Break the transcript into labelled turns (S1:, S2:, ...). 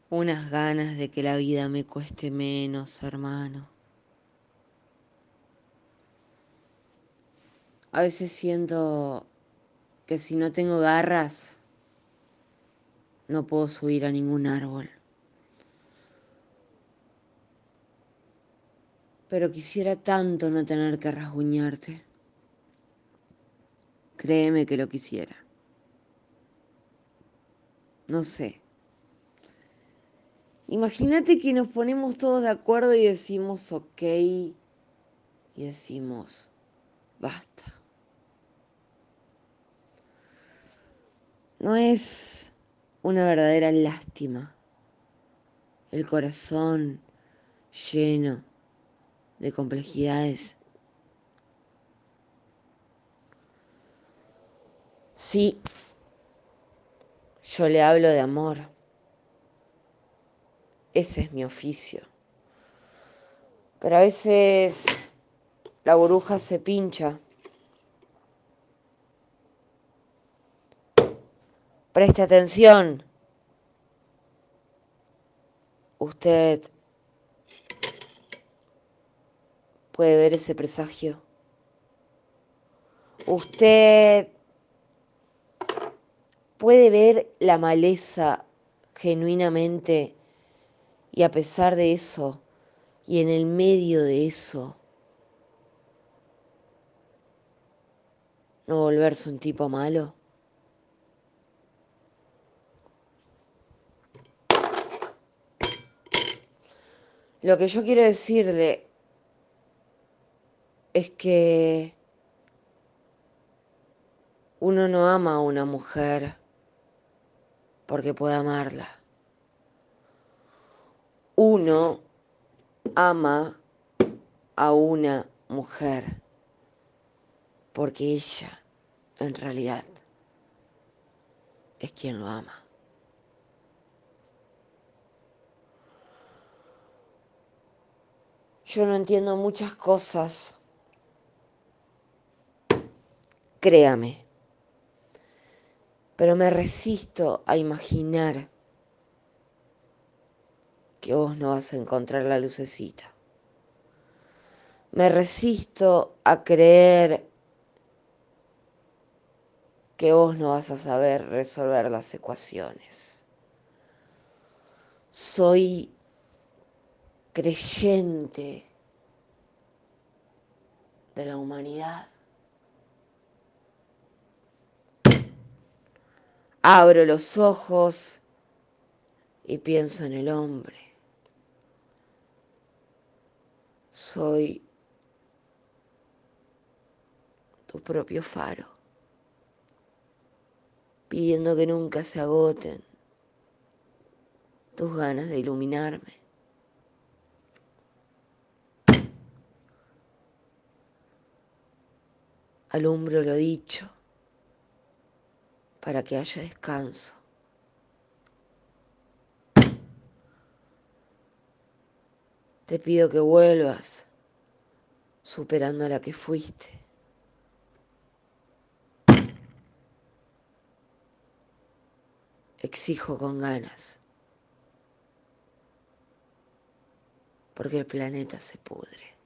S1: unas ganas de que la vida me cueste menos, hermano. A veces siento que si no tengo garras, no puedo subir a ningún árbol. Pero quisiera tanto no tener que rasguñarte. Créeme que lo quisiera. No sé. Imagínate que nos ponemos todos de acuerdo y decimos ok y decimos basta. No es una verdadera lástima. El corazón lleno de complejidades. Sí, yo le hablo de amor. Ese es mi oficio. Pero a veces la burbuja se pincha. Preste atención. Usted puede ver ese presagio. Usted puede ver la maleza genuinamente y a pesar de eso, y en el medio de eso, no volverse un tipo malo. Lo que yo quiero decirle es que uno no ama a una mujer porque puede amarla. Uno ama a una mujer porque ella, en realidad, es quien lo ama. Yo no entiendo muchas cosas, créame, pero me resisto a imaginar que vos no vas a encontrar la lucecita. Me resisto a creer que vos no vas a saber resolver las ecuaciones. Soy creyente de la humanidad. Abro los ojos y pienso en el hombre. Soy tu propio faro, pidiendo que nunca se agoten tus ganas de iluminarme. Alumbro lo dicho para que haya descanso. Te pido que vuelvas superando a la que fuiste. Exijo con ganas, porque el planeta se pudre.